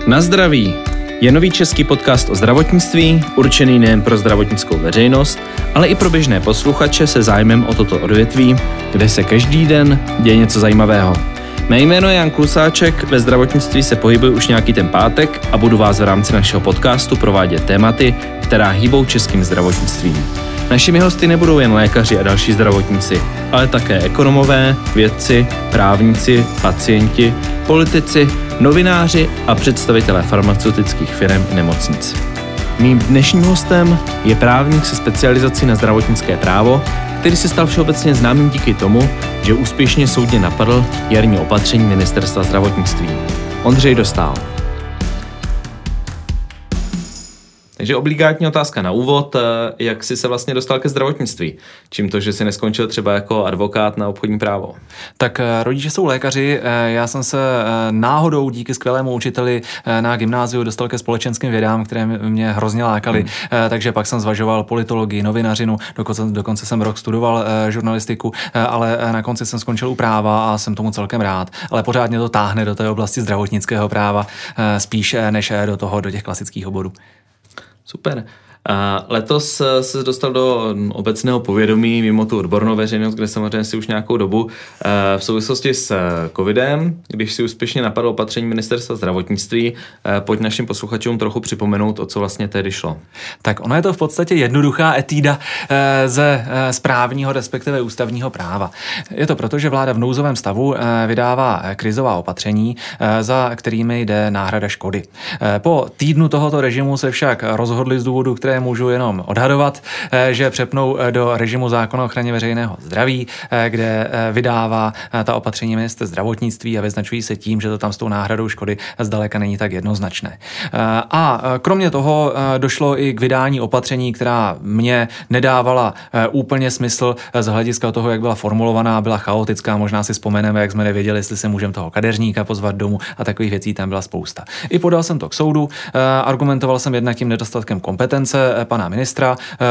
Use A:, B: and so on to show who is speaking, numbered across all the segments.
A: Na zdraví je nový český podcast o zdravotnictví, určený nejen pro zdravotnickou veřejnost, ale i pro běžné posluchače se zájmem o toto odvětví, kde se každý den děje něco zajímavého. Mé jméno je Jan Klusáček, ve zdravotnictví se pohybuji už nějaký ten pátek a budu vás v rámci našeho podcastu provádět tématy, která hýbou českým zdravotnictvím. Našimi hosty nebudou jen lékaři a další zdravotníci, ale také ekonomové, vědci, právníci, pacienti, politici, novináři a představitelé farmaceutických firm i nemocnic. Mým dnešním hostem je právník se specializací na zdravotnické právo, který se stal všeobecně známým díky tomu, že úspěšně soudně napadl jarní opatření Ministerstva zdravotnictví. Ondřej Dostál. Takže obligátní otázka na úvod, jak jsi se vlastně dostal ke zdravotnictví? Čím to, že jsi neskončil třeba jako advokát na obchodní právo?
B: Tak rodiče jsou lékaři, já jsem se náhodou díky skvělému učiteli na gymnáziu dostal ke společenským vědám, které mě hrozně lákaly, takže pak jsem zvažoval politologii, novinařinu, dokonce jsem rok studoval žurnalistiku, ale na konci jsem skončil u práva a jsem tomu celkem rád, ale pořád mě to táhne do té oblasti zdravotnického práva spíš než do těch klasických oborů.
A: Super. A letos se dostal do obecného povědomí mimo tu odbornou veřejnost, kde samozřejmě si už nějakou dobu v souvislosti s covidem, když si úspěšně napadlo opatření Ministerstva zdravotnictví. Pojď našim posluchačům trochu připomenout, o co vlastně tehdy šlo.
B: Tak ono je to v podstatě jednoduchá etída ze správního, respektive ústavního práva. Je to proto, že vláda v nouzovém stavu vydává krizová opatření, za kterými jde náhrada škody. Po týdnu tohoto režimu se však rozhodli z důvodu, které můžu jenom odhadovat, že přepnou do režimu zákona o ochraně veřejného zdraví, kde vydává ta opatření ministr zdravotnictví a vyznačují se tím, že to tam s tou náhradou škody zdaleka není tak jednoznačné. A kromě toho došlo i k vydání opatření, která mě nedávala úplně smysl z hlediska toho, jak byla formulovaná, byla chaotická, možná si vzpomeneme, jak jsme nevěděli, jestli se můžeme toho kadeřníka pozvat domů a takových věcí tam byla spousta. I podal jsem to k soudu, argumentoval jsem jednak tím nedostatkem kompetence pana ministra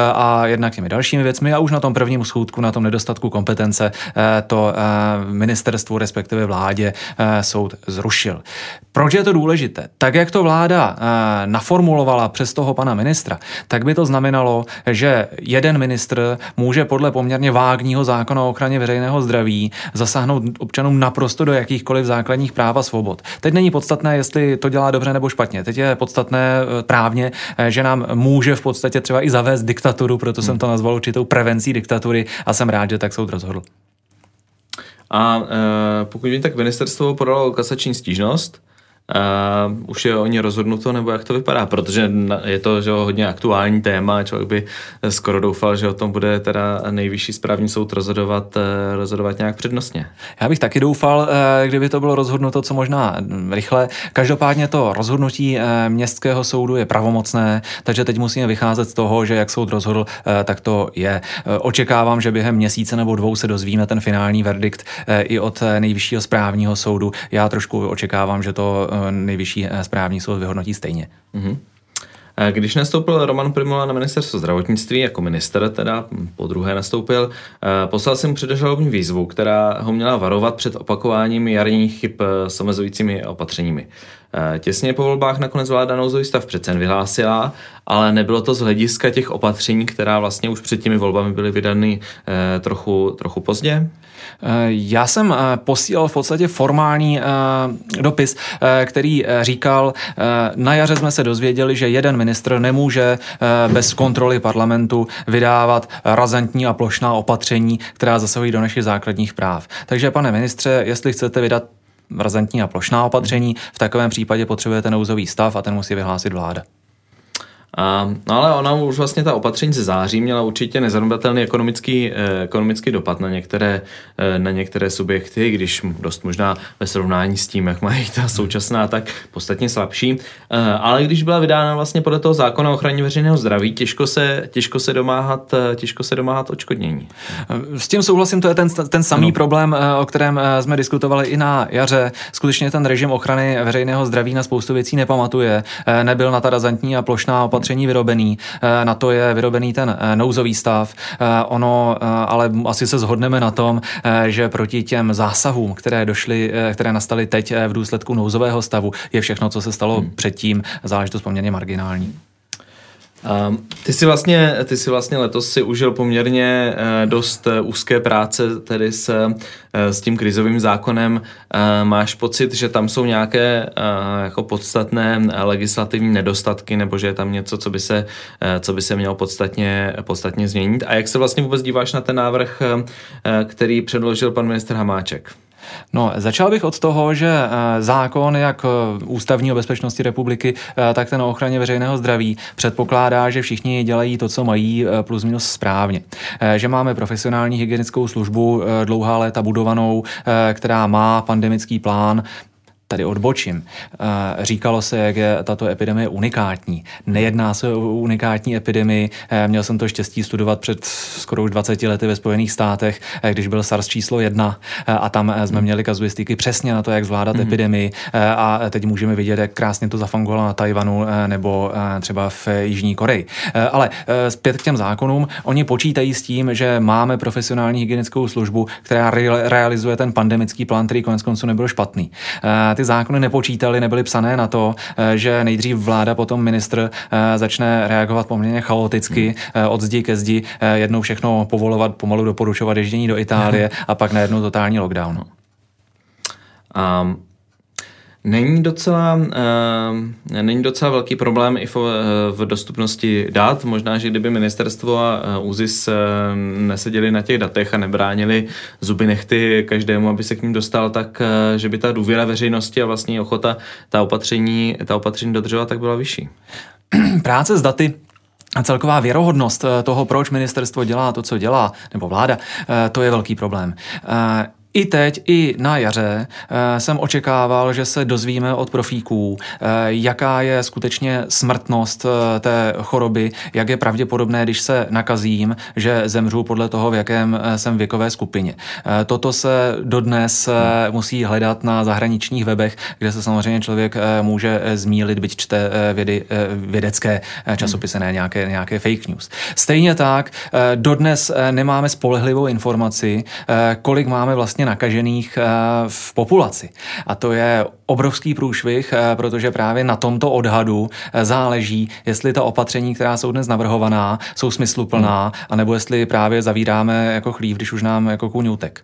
B: a jednak těmi dalšími věcmi a už na tom prvním schůdku, na tom nedostatku kompetence to ministerstvu, respektive vládě soud zrušil. Proč je to důležité? Tak, jak to vláda naformulovala přes toho pana ministra, tak by to znamenalo, že jeden ministr může podle poměrně vágního zákona o ochraně veřejného zdraví zasáhnout občanům naprosto do jakýchkoliv základních práv a svobod. Teď není podstatné, jestli to dělá dobře nebo špatně. Teď je podstatné právně, že nám může v podstatě třeba i zavést diktaturu, proto jsem to nazval určitou prevencí diktatury a jsem rád, že tak soud rozhodl.
A: A pokud vím, tak ministerstvo podalo kasační stížnost. Už je o ní rozhodnuto, nebo jak to vypadá? Protože je to že hodně aktuální téma, člověk by skoro doufal, že o tom bude teda nejvyšší správní soud rozhodovat nějak přednostně.
B: Já bych taky doufal, kdyby to bylo rozhodnuto co možná rychle. Každopádně to rozhodnutí městského soudu je pravomocné, takže teď musíme vycházet z toho, že jak soud rozhodl, tak to je. Očekávám, že během měsíce nebo dvou se dozvíme ten finální verdikt i od nejvyššího správního soudu. Já trošku očekávám, že to nejvyšší správní soud vyhodnotí stejně.
A: Mm-hmm. Když nastoupil Roman Prymula na ministerstvo zdravotnictví, jako minister teda po druhé nastoupil, poslal jsem předžalobní výzvu, která ho měla varovat před opakováním jarních chyb s omezujícími opatřeními. Těsně po volbách nakonec vláda nouzový stav přece vyhlásila, ale nebylo to z hlediska těch opatření, která vlastně už před těmi volbami byly vydány trochu pozdě?
B: Já jsem posílal v podstatě formální dopis, který říkal, na jaře jsme se dozvěděli, že jeden ministr nemůže bez kontroly parlamentu vydávat razantní a plošná opatření, která zasahují do našich základních práv. Takže pane ministře, jestli chcete vydat razantní a plošná opatření, v takovém případě potřebujete nouzový stav a ten musí vyhlásit vláda.
A: No ale ona už vlastně ta opatření ze září měla určitě nezanedbatelný ekonomický dopad na některé subjekty, když dost možná ve srovnání s tím, jak mají ta současná, tak podstatně slabší. Ale když byla vydána vlastně podle toho zákona o ochraně veřejného zdraví, těžko se domáhat odškodnění.
B: S tím souhlasím, to je ten samý problém, o kterém jsme diskutovali i na jaře. Skutečně ten režim ochrany veřejného zdraví na spoustu věcí nepamatuje. Nebyl na ta razantní a plošná opatření opatření vyrobený, na to je vyrobený ten nouzový stav. Ale asi se shodneme na tom, že proti těm zásahům, které nastaly teď v důsledku nouzového stavu, je všechno, co se stalo předtím, záležitost poměrně marginální.
A: Ty si vlastně letos si užil poměrně dost úzké práce tedy s tím krizovým zákonem. Máš pocit, že tam jsou nějaké jako podstatné legislativní nedostatky, nebo že je tam něco, co by se mělo podstatně změnit? A jak se vlastně vůbec díváš na ten návrh, který předložil pan ministr Hamáček?
B: No, začal bych od toho, že zákon jak ústavní o bezpečnosti republiky, tak ten o ochraně veřejného zdraví předpokládá, že všichni dělají to, co mají, plus minus správně. Že máme profesionální hygienickou službu dlouhá léta budovanou, která má pandemický plán. Tady odbočím. Říkalo se, jak je tato epidemie unikátní. Nejedná se o unikátní epidemii. Měl jsem to štěstí studovat před skoro už 20 lety ve Spojených státech, když byl SARS číslo 1 a tam jsme měli kazuistiky přesně na to, jak zvládat epidemii a teď můžeme vidět, jak krásně to zafungovalo na Tajvanu nebo třeba v Jižní Koreji. Ale zpět k těm zákonům. Oni počítají s tím, že máme profesionální hygienickou službu, která realizuje ten pandemický plán, který koneckonců nebyl špatný. Ty zákony nepočítali, nebyly psané na to, že nejdřív vláda, potom ministr začne reagovat poměrně chaoticky od zdi ke zdi, jednou všechno povolovat, pomalu doporučovat ježdění do Itálie a pak najednou totální lockdown.
A: Není docela velký problém i v dostupnosti dat. Možná, že kdyby ministerstvo a ÚZIS neseděli na těch datech a nebránili zuby nechty každému, aby se k ním dostal, tak že by ta důvěra veřejnosti a vlastně ochota ta opatření dodržovat, tak byla vyšší.
B: Práce s daty a celková věrohodnost toho, proč ministerstvo dělá to, co dělá, nebo vláda, to je velký problém. I teď, i na jaře jsem očekával, že se dozvíme od profíků, jaká je skutečně smrtnost té choroby, jak je pravděpodobné, když se nakazím, že zemřu podle toho, v jakém jsem věkové skupině. Toto se dodnes musí hledat na zahraničních webech, kde se samozřejmě člověk může zmýlit, byť čte vědecké časopisy, ne nějaké fake news. Stejně tak, dodnes nemáme spolehlivou informaci, kolik máme vlastně nakažených v populaci. A to je obrovský průšvih, protože právě na tomto odhadu záleží, jestli ta opatření, která jsou dnes navrhovaná, jsou smysluplná, anebo jestli právě zavíráme jako chlív, když už nám jako kůň utek.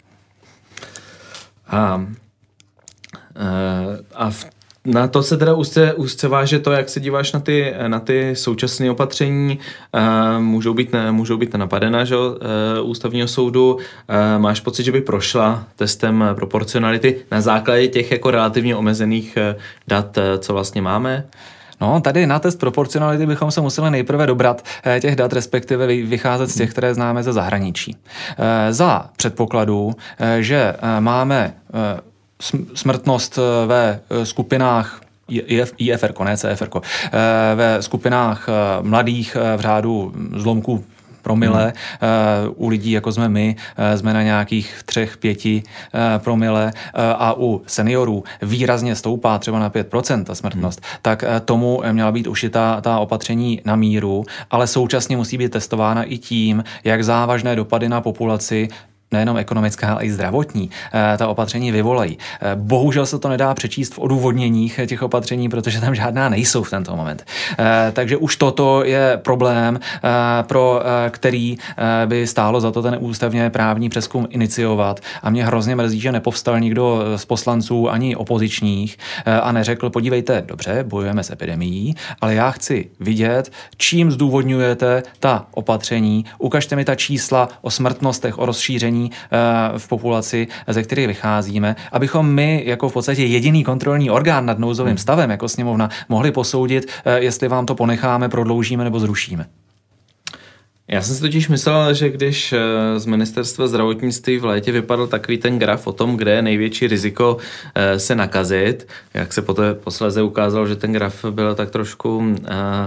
A: Na to se teda úzce váže to, jak se díváš na ty současné opatření. Můžou být napadena, že, ústavního soudu. Máš pocit, že by prošla testem proporcionality na základě těch jako relativně omezených dat, co vlastně máme?
B: No, tady na test proporcionality bychom se museli nejprve dobrat těch dat, respektive vycházet z těch, které známe ze zahraničí. Za předpokladu, že máme smrtnost ve skupinách IFR, ne CFR, ve skupinách mladých v řádu zlomků promile, u lidí, jako jsme my, jsme na nějakých 3-5 promile a u seniorů výrazně stoupá třeba na 5% ta smrtnost, tak tomu měla být ušita ta opatření na míru, ale současně musí být testována i tím, jak závažné dopady na populaci nejenom ekonomická, ale i zdravotní, ta opatření vyvolají. Bohužel se to nedá přečíst v odůvodněních těch opatření, protože tam žádná nejsou v tento moment. Takže už toto je problém, pro který by stálo za to ten ústavně právní přezkum iniciovat. A mě hrozně mrzí, že nepovstal nikdo z poslanců ani opozičních a neřekl, podívejte, dobře, bojujeme s epidemií, ale já chci vidět, čím zdůvodňujete ta opatření, ukažte mi ta čísla o smrtnostech, o rozšíření v populaci, ze kterých vycházíme, abychom my jako v podstatě jediný kontrolní orgán nad nouzovým stavem jako sněmovna mohli posoudit, jestli vám to ponecháme, prodloužíme nebo zrušíme.
A: Já jsem si totiž myslel, že když z ministerstva zdravotnictví v létě vypadl takový ten graf o tom, kde je největší riziko se nakazit, jak se posléze ukázalo, že ten graf byl tak trošku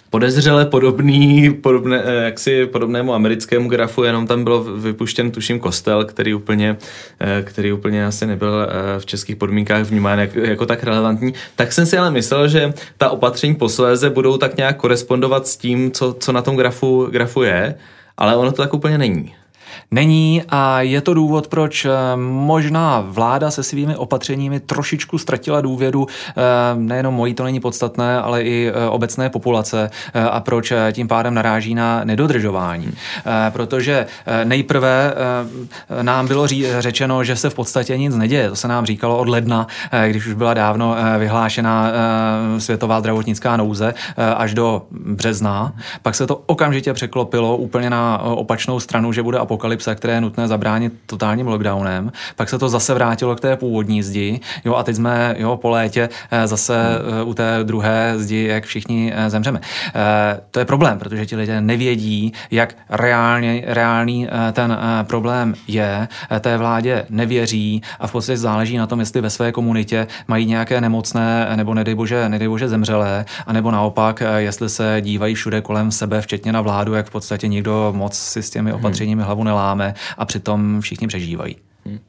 A: podezřele podobnému americkému grafu, jenom tam bylo vypuštěn, tuším, kostel, který úplně asi nebyl v českých podmínkách vnímán jako tak relevantní. Tak jsem si ale myslel, že ta opatření posléze budou tak nějak korespondovat s tím, co na tom grafu je, ale ono to tak úplně není.
B: Není a je to důvod, proč možná vláda se svými opatřeními trošičku ztratila důvěru, nejenom mojí, to není podstatné, ale i obecné populace a proč tím pádem naráží na nedodržování. Protože nejprve nám bylo řečeno, že se v podstatě nic neděje. To se nám říkalo od ledna, když už byla dávno vyhlášena světová zdravotnická nouze až do března. Pak se to okamžitě překlopilo úplně na opačnou stranu, že bude apokalypsa, které je nutné zabránit totálním lockdownem. Pak se to zase vrátilo k té původní zdi. A teď jsme po létě zase u té druhé zdi, jak všichni zemřeme. To je problém, protože ti lidé nevědí, jak reálný ten problém je. Té vládě nevěří a v podstatě záleží na tom, jestli ve své komunitě mají nějaké nemocné nebo nedej bože zemřelé, anebo naopak, jestli se dívají všude kolem sebe, včetně na vládu, jak v podstatě nikdo moc si s těmi opatřeními hlavu neláme a přitom všichni přežívají.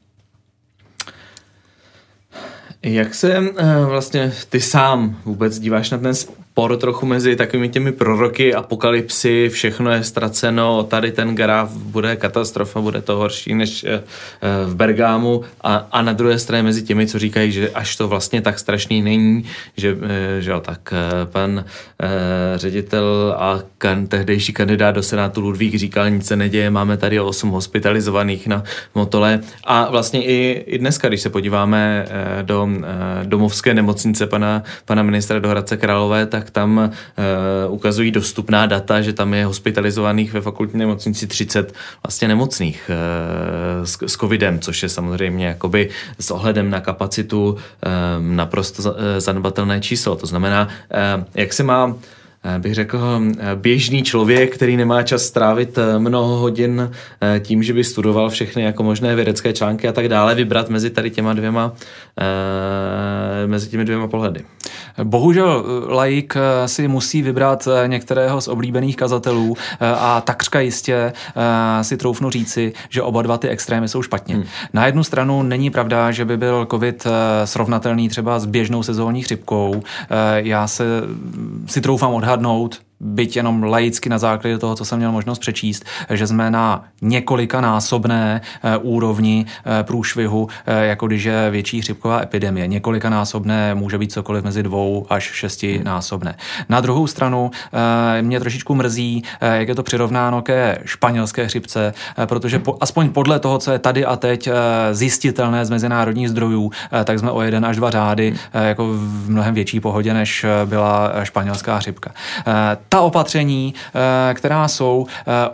A: Jak se vlastně ty sám vůbec díváš na ten spor trochu mezi takovými těmi proroky, apokalypsy, všechno je ztraceno, tady ten graf bude katastrofa, bude to horší než v Bergámu a na druhé straně mezi těmi, co říkají, že až to vlastně tak strašný není, že jo, tak pan ředitel a tehdejší kandidát do Senátu Ludvík říkal, nic se neděje, máme tady 8 hospitalizovaných na Motole a vlastně i dneska, když se podíváme do domovské nemocnice pana ministra do Hradce Králové, tak tam ukazují dostupná data, že tam je hospitalizovaných ve fakultní nemocnici 30 vlastně nemocných s covidem, což je samozřejmě jakoby s ohledem na kapacitu naprosto zanedbatelné číslo. To znamená, jak se má, bych řekl, běžný člověk, který nemá čas strávit mnoho hodin tím, že by studoval všechny jako možné vědecké články a tak dále, vybrat mezi tady těmi dvěma pohledy.
B: Bohužel laik si musí vybrat některého z oblíbených kazatelů a takřka jistě si troufnu říci, že oba dva ty extrémy jsou špatně. Na jednu stranu není pravda, že by byl covid srovnatelný třeba s běžnou sezónní chřipkou. Já si troufám odhadnout, byť jenom laicky na základě toho, co jsem měl možnost přečíst, že jsme na několikanásobné úrovni průšvihu, jako když je větší chřipková epidemie. Několikanásobné může být cokoliv mezi 2 až 6 násobné. Na druhou stranu mě trošičku mrzí, jak je to přirovnáno ke španělské chřipce, protože aspoň podle toho, co je tady a teď zjistitelné z mezinárodních zdrojů, tak jsme o 1 až 2 řády jako v mnohem větší pohodě, než byla španělská chřipka. Ta opatření, která jsou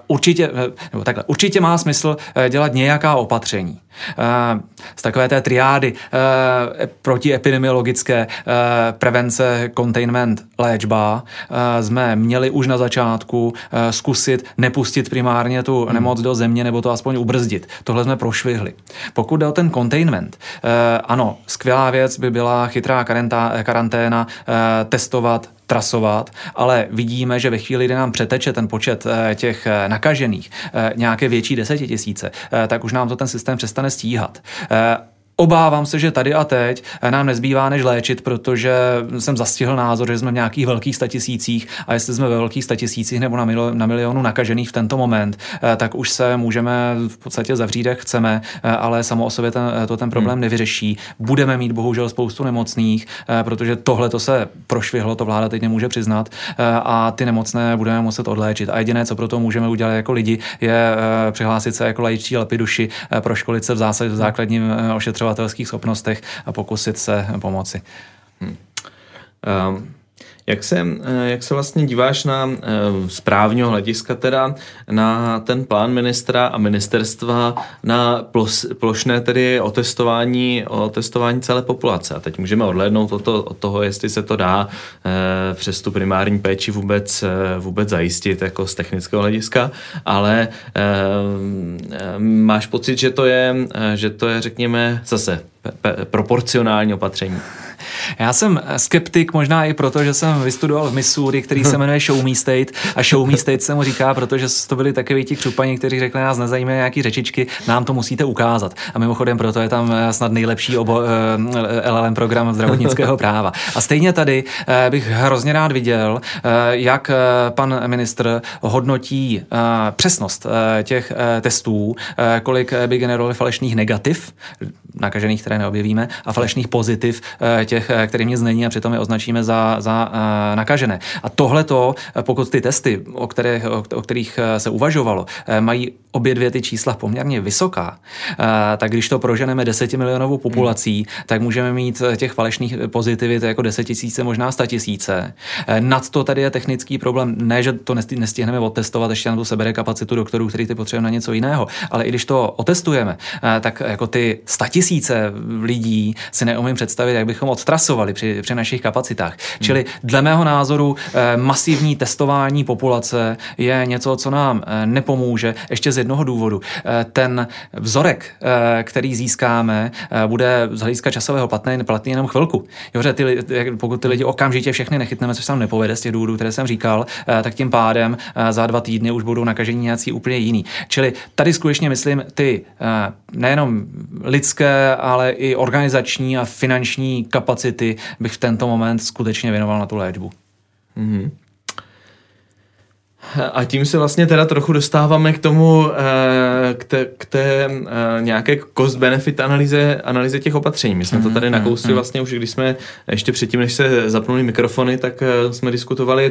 B: určitě má smysl dělat nějaká opatření. Z takové té triády protiepidemiologické prevence, containment, léčba jsme měli už na začátku zkusit nepustit primárně tu nemoc do země nebo to aspoň ubrzdit. Tohle jsme prošvihli. Pokud jde o ten containment, ano, skvělá věc by byla chytrá karanténa, testovat, trasovat, ale vidíme, že ve chvíli, kdy nám přeteče ten počet těch nakažených nějaké větší 10 000, tak už nám to ten systém přestane stíhat. Obávám se, že tady a teď nám nezbývá než léčit, protože jsem zastihl názor, že jsme v nějakých velkých 100 000 a jestli jsme ve velkých 100 000 nebo na milionu nakažených v tento moment, tak už se můžeme v podstatě zavřít, jak chceme, ale samo o sobě ten problém nevyřeší. Budeme mít bohužel spoustu nemocných, protože tohle to se prošvihlo, to vláda teď nemůže přiznat a ty nemocné budeme muset odléčit. A jediné, co pro to můžeme udělat jako lidi, je přihlásit se jako laičtí lepiduši, proškolit se v základním ošetřovatelských schopnostech a pokusit se pomoci.
A: Jak se vlastně díváš z právního hlediska teda na ten plán ministra a ministerstva na plošné tedy otestování celé populace? A teď můžeme odhlédnout od toho, jestli se to dá přes tu primární péči vůbec zajistit jako z technického hlediska, ale máš pocit, že to je řekněme zase proporcionální opatření?
B: Já jsem skeptik možná i proto, že jsem vystudoval v Missouri, který se jmenuje Show Me State a Show Me State se mu říká, protože to byli takoví ti křupani, kteří řekli, nás nezajímají nějaký řečičky, nám to musíte ukázat. A mimochodem proto je tam snad nejlepší LLM program zdravotnického práva. A stejně tady bych hrozně rád viděl, jak pan ministr hodnotí přesnost těch testů, kolik by generovali falešných negativ, nakažených, které neobjevíme, a falešných pozitiv těch, kterým nic není a přitom je označíme za nakažené. A tohleto, pokud ty testy, o kterých se uvažovalo, mají obě dvě ty čísla poměrně vysoká, tak když to proženeme 10 milionovou populací, tak můžeme mít těch falešných pozitivit jako 10 000, možná 100 000. Nad to tady je technický problém. Ne, že to nestihneme odtestovat ještě na tu seberekapacitu doktorů, který ty potřebujeme na něco jiného, ale i když to otestujeme, tak jako ty 100 000 lidí si neumím představit, jak bychom odtrasovali při našich kapacitách. Čili dle mého názoru masivní testování populace je něco, co nám nepomůže ještě z jednoho důvodu. Ten vzorek, který získáme, bude z hlediska časového platný jenom chvilku. Pokud ty lidi okamžitě všechny nechytneme, což se nám nepovede z těch důvodů, které jsem říkal, tak tím pádem za 2 týdny už budou nakažení nějací úplně jiný. Čili tady skutečně myslím, ty nejenom lidské, ale i organizační a finanční kapacity bych v tento moment skutečně věnoval na tu léčbu.
A: Mm-hmm. A tím se vlastně teda trochu dostáváme k tomu, k té nějaké cost-benefit analýze těch opatření. My jsme to tady nakousli vlastně už, když jsme ještě předtím, než se zapnuli mikrofony, tak jsme diskutovali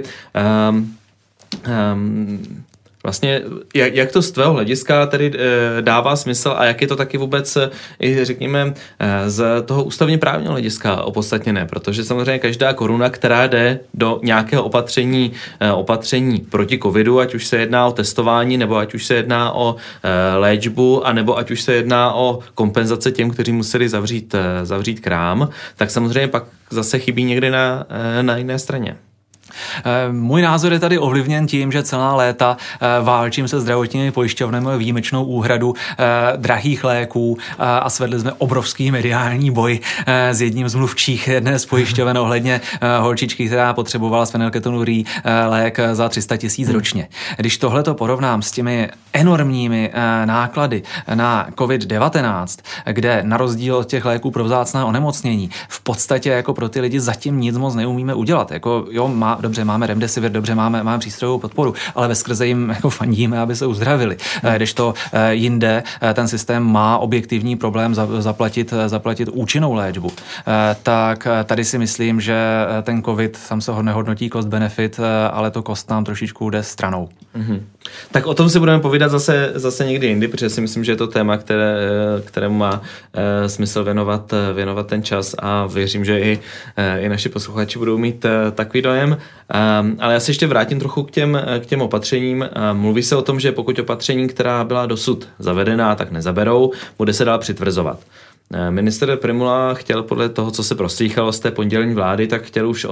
A: vlastně, jak to z tvého hlediska tady dává smysl a jak je to taky vůbec, řekněme, z toho ústavně právního hlediska opodstatněné, protože samozřejmě každá koruna, která jde do nějakého opatření proti covidu, ať už se jedná o testování, nebo ať už se jedná o léčbu, anebo ať už se jedná o kompenzace těm, kteří museli zavřít krám, tak samozřejmě pak zase chybí někde na jiné straně.
B: Můj názor je tady ovlivněn tím, že celá léta válčím se zdravotními pojišťovnami o výjimečnou úhradu drahých léků a svedli jsme obrovský mediální boj s jedním z mluvčích jedné z pojišťoven ohledně holčičky, která potřebovala s fenylketonurí lék za 300 000 ročně. Když tohleto porovnám s těmi enormními náklady na COVID-19, kde na rozdíl od těch léků pro vzácná onemocnění v podstatě jako pro ty lidi zatím nic moc neumíme udělat. Jako dobře, máme remdesivir, dobře, máme přístrojovou podporu, ale veskrze jim jako fandíme, aby se uzdravili. Kdežto jinde ten systém má objektivní problém zaplatit účinnou léčbu. Tak tady si myslím, že ten COVID sam se ho nehodnotí cost benefit, ale to cost nám trošičku jde stranou.
A: Mm-hmm. Tak o tom si budeme povídat zase někdy jindy, protože si myslím, že je to téma, kterému má smysl věnovat ten čas a věřím, že i naši posluchači budou mít takový dojem. Ale já se ještě vrátím trochu k těm opatřením. Mluví se o tom, že pokud opatření, která byla dosud zavedená, tak nezaberou, bude se dál přitvrzovat. Ministr Prymula chtěl podle toho, co se proslýchalo z té pondělní vlády, tak chtěl už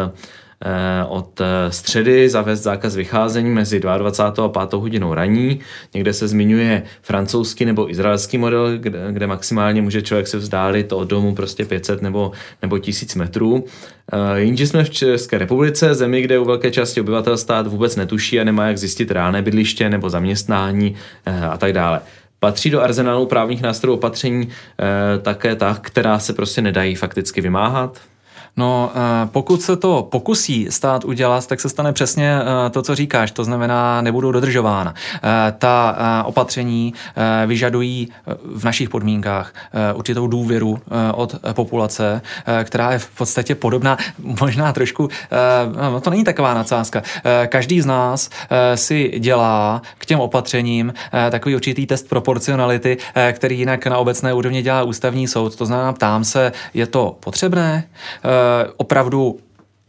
A: od středy zavést zákaz vycházení mezi 22. a 5. hodinou ranní. Někde se zmiňuje francouzský nebo izraelský model, kde maximálně může člověk se vzdálit od domu prostě 500 nebo 1000 metrů. Jinže jsme v České republice, zemi, kde u velké části obyvatelstva vůbec netuší a nemá jak zjistit reálné bydliště nebo zaměstnání a tak dále. Patří do arzenálu právních nástrojů opatření také ta, která se prostě nedají fakticky vymáhat?
B: No, pokud se to pokusí stát udělat, tak se stane přesně to, co říkáš, to znamená, nebudou dodržována. Ta opatření vyžadují v našich podmínkách určitou důvěru od populace, která je v podstatě podobná, možná trošku, no to není taková nadsázka. Každý z nás si dělá k těm opatřením takový určitý test proporcionality, který jinak na obecné úrovni dělá ústavní soud. To znamená, ptám se, je to potřebné? Opravdu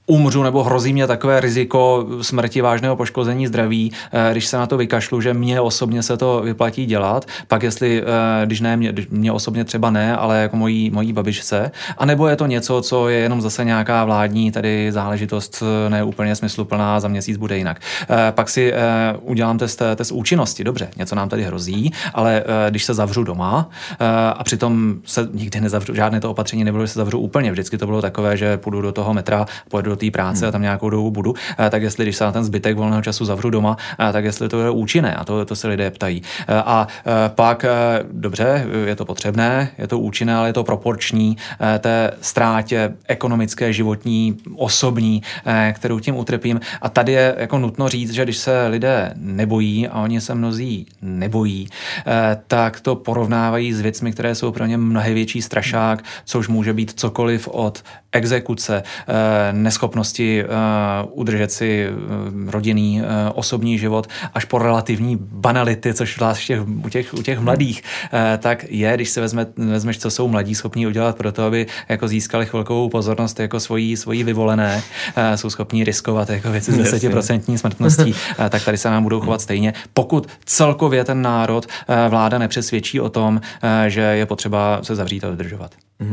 B: umřu nebo hrozí mě takové riziko smrti, vážného poškození zdraví, když se na to vykašlu, že mně osobně se to vyplatí dělat, pak jestli, když ne, mě osobně třeba ne, ale jako mojí babičce, anebo je to něco, co je jenom zase nějaká vládní tady záležitost neúplně smysluplná, za měsíc bude jinak. Pak si udělám test účinnosti, dobře, něco nám tady hrozí, ale když se zavřu doma a přitom se nikdy nezavřu, žádné to opatření nebylo, že se zavřu úplně, vždycky to bylo takové, že půjdu do toho metra, pojedu do té práce a tam nějakou dobu budu, tak jestli když se na ten zbytek volného času zavřu doma, tak jestli to je účinné, a to se lidé ptají. A pak dobře, je to potřebné, je to účinné, ale je to proporční té ztrátě ekonomické, životní, osobní, kterou tím utrpím. A tady je jako nutno říct, že když se lidé nebojí, a oni se mnozí nebojí, tak to porovnávají s věcmi, které jsou pro ně mnohem větší strašák, což může být cokoliv od exekuce, neschopnosti udržet si rodinný, osobní život, až po relativní banality, což zvláště u těch mladých, tak je, když si vezmeš, co jsou mladí schopní udělat pro to, aby jako získali chvilkovou pozornost jako svojí vyvolené, jsou schopní riskovat jako věci s 10% smrtností, tak tady se nám budou chovat stejně. Pokud celkově ten národ vláda nepřesvědčí o tom, že je potřeba se zavřít a dodržovat.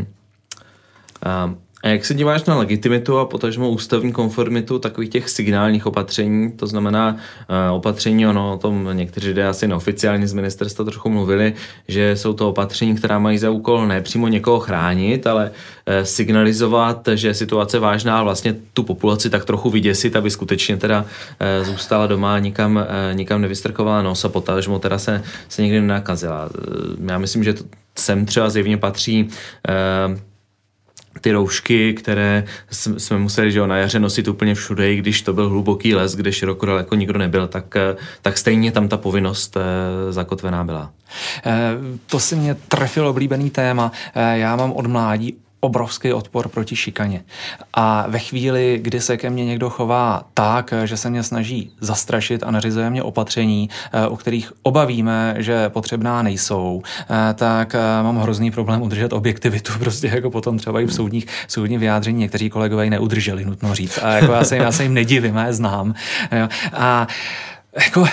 A: A jak se díváš na legitimitu a potažmo ústavní konformitu takových těch signálních opatření, to znamená opatření, o tom někteří lidé asi neoficiálně z ministerstva trochu mluvili, že jsou to opatření, která mají za úkol ne přímo někoho chránit, ale signalizovat, že je situace vážná a vlastně tu populaci tak trochu vyděsit, aby skutečně teda zůstala doma, nikam nevystrkovala nos a potažmo teda se nikdy nenakazila. Já myslím, že sem třeba zjevně patří ty roušky, které jsme museli na jaře nosit úplně všude, i když to byl hluboký les, kde široko daleko nikdo nebyl, tak stejně tam ta povinnost zakotvená byla.
B: To si mě trefilo oblíbený téma. Já mám od mládí obrovský odpor proti šikaně. A ve chvíli, kdy se ke mně někdo chová tak, že se mě snaží zastrašit a nařizuje mě opatření, o kterých oba víme, že potřebná nejsou, tak mám hrozný problém udržet objektivitu, prostě jako potom třeba i v soudních vyjádření někteří kolegové ji neudrželi, nutno říct. A jako já se jim nedivím, já je znám. A jako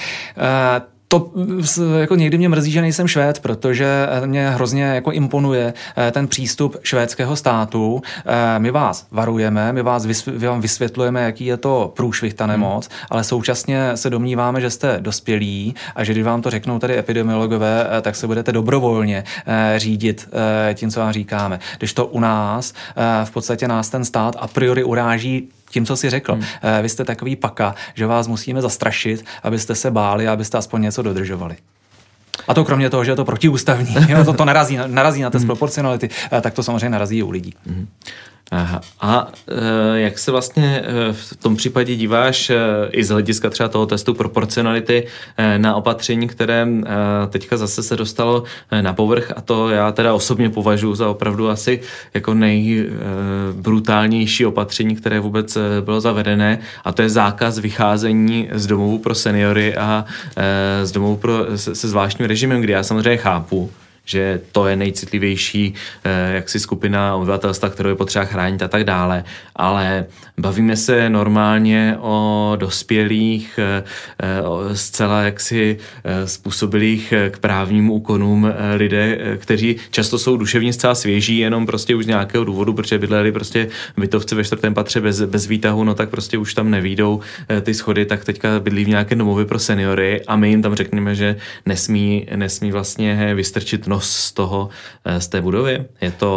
B: to jako někdy mě mrzí, že nejsem Švéd, protože mě hrozně jako imponuje ten přístup švédského státu. My vás varujeme, my vám vysvětlujeme, jaký je to průšvih, ta nemoc, ale současně se domníváme, že jste dospělí a že když vám to řeknou tady epidemiologové, tak se budete dobrovolně řídit tím, co vám říkáme. Když to u nás, v podstatě nás ten stát a priori uráží tím, co jsi řekl. Vy jste takový paka, že vás musíme zastrašit, abyste se báli a abyste aspoň něco dodržovali. A to kromě toho, že je to protiústavní, to narazí na test proporcionality, tak to samozřejmě narazí i u lidí.
A: Aha. A jak se vlastně v tom případě díváš i z hlediska třeba toho testu proporcionality na opatření, které teďka zase se dostalo na povrch, a to já teda osobně považuji za opravdu asi jako nejbrutálnější opatření, které vůbec bylo zavedené, a to je zákaz vycházení z domovů pro seniory a z domovů se zvláštním režimem, kdy já samozřejmě chápu, že to je nejcitlivější jaksi skupina obyvatelstva, kterou je potřeba chránit a tak dále. Ale bavíme se normálně o dospělých, zcela jaksi způsobilých k právním úkonům lidé, kteří často jsou duševně zcela svěží, jenom prostě už z nějakého důvodu, protože bydleli prostě bytovce ve 4. patře bez výtahu, no tak prostě už tam nevídou ty schody, tak teďka bydlí v nějaké domově pro seniory a my jim tam řekneme, že nesmí vlastně vystrčit nos z té budovy.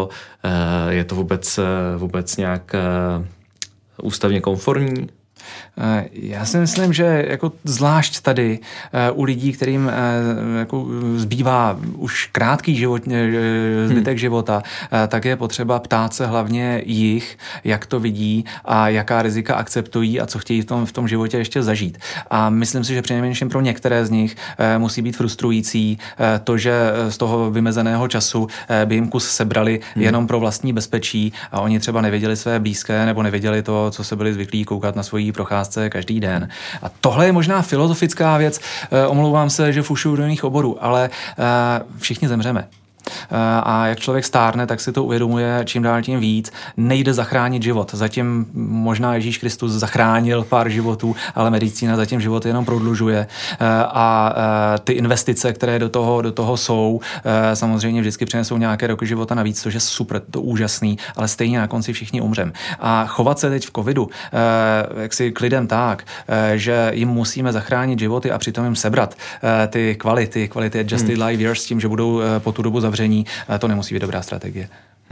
A: Je to vůbec nějak ústavně konformní?
B: Já si myslím, že jako zvlášť tady u lidí, kterým jako zbývá už krátký zbytek života, tak je potřeba ptát se hlavně jich, jak to vidí a jaká rizika akceptují a co chtějí v tom životě ještě zažít. A myslím si, že přinejmenším pro některé z nich musí být frustrující to, že z toho vymezeného času by jim kus sebrali jenom pro vlastní bezpečí a oni třeba nevěděli své blízké nebo nevěděli to, co se byli zvyklí koukat na svojí procházce každý den. A tohle je možná filozofická věc, omlouvám se, že fušuju do jiných oborů, ale všichni zemřeme. A jak člověk stárne, tak si to uvědomuje čím dál tím víc. Nejde zachránit život. Zatím možná Ježíš Kristus zachránil pár životů, ale medicína zatím život jenom prodlužuje. A ty investice, které do toho jsou, samozřejmě vždycky přinesou nějaké roky života navíc, což je super, to úžasný, ale stejně na konci všichni umřem. A chovat se teď v covidu, jak si k lidem tak, že jim musíme zachránit životy a přitom jim sebrat ty kvality adjusted life years s tím, že budou po tu dobu zavření, to nemusí být dobrá strategie.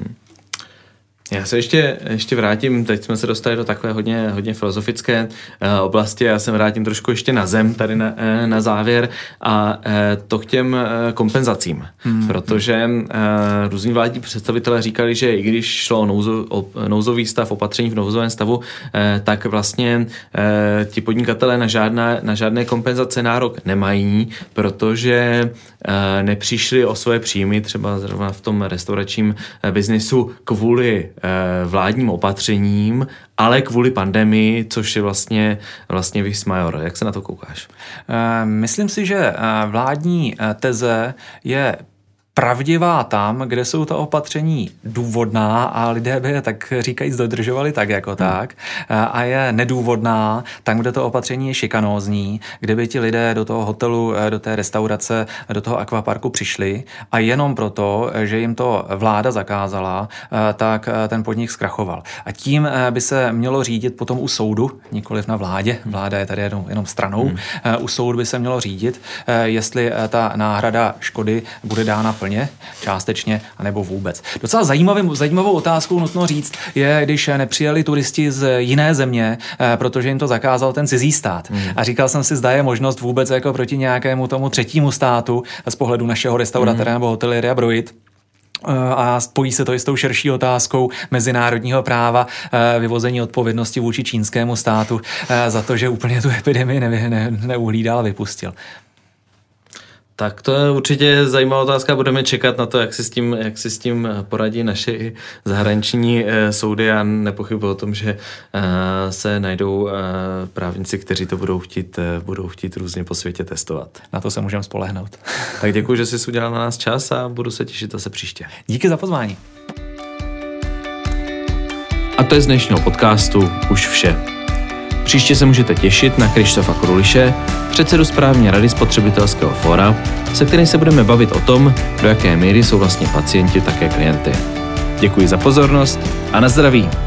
A: Já se ještě vrátím, teď jsme se dostali do takové hodně filozofické oblasti, já se vrátím trošku ještě na zem tady na závěr a to k těm kompenzacím, protože různí vládní představitelé říkali, že i když šlo o nouzový stav, opatření v nouzovém stavu, tak vlastně ti podnikatelé na žádné kompenzace nárok nemají, protože nepřišli o svoje příjmy, třeba zrovna v tom restauračním biznisu kvůli vládním opatřením, ale kvůli pandemii, což je vlastně vis major. Jak se na to koukáš?
B: Myslím si, že vládní teze je pravdivá tam, kde jsou ta opatření důvodná a lidé by je tak říkajíc dodržovali tak jako tak a je nedůvodná tam, kde to opatření je šikanózní, kde by ti lidé do toho hotelu, do té restaurace, do toho akvaparku přišli a jenom proto, že jim to vláda zakázala, tak ten podnik zkrachoval. A tím by se mělo řídit potom u soudu, nikoliv na vládě, vláda je tady jenom stranou, u soudu by se mělo řídit, jestli ta náhrada škody bude dána plně, částečně, anebo vůbec. Docela zajímavou otázkou nutno říct je, když nepřijeli turisti z jiné země, protože jim to zakázal ten cizí stát. A říkal jsem si, zda je možnost vůbec jako proti nějakému tomu třetímu státu z pohledu našeho restauratéra nebo hoteliéra brojit. A spojí se to i s tou širší otázkou mezinárodního práva, vyvození odpovědnosti vůči čínskému státu za to, že úplně tu epidemii neuhlídal a vypustil.
A: Tak to je určitě zajímavá otázka, budeme čekat na to, jak si s tím poradí naše zahraniční soudy a nepochybuji o tom, že se najdou právníci, kteří to budou chtít různě po světě testovat.
B: Na to se můžeme spolehnout.
A: Tak děkuji, že jsi udělal na nás čas a budu se těšit zase příště.
B: Díky za pozvání.
A: A to je z dnešního podcastu už vše. Příště se můžete těšit na Krištofa Kruliše, předsedu správní rady Spotřebitelského fóra, se kterým se budeme bavit o tom, do jaké míry jsou vlastně pacienti také klienty. Děkuji za pozornost a na zdraví.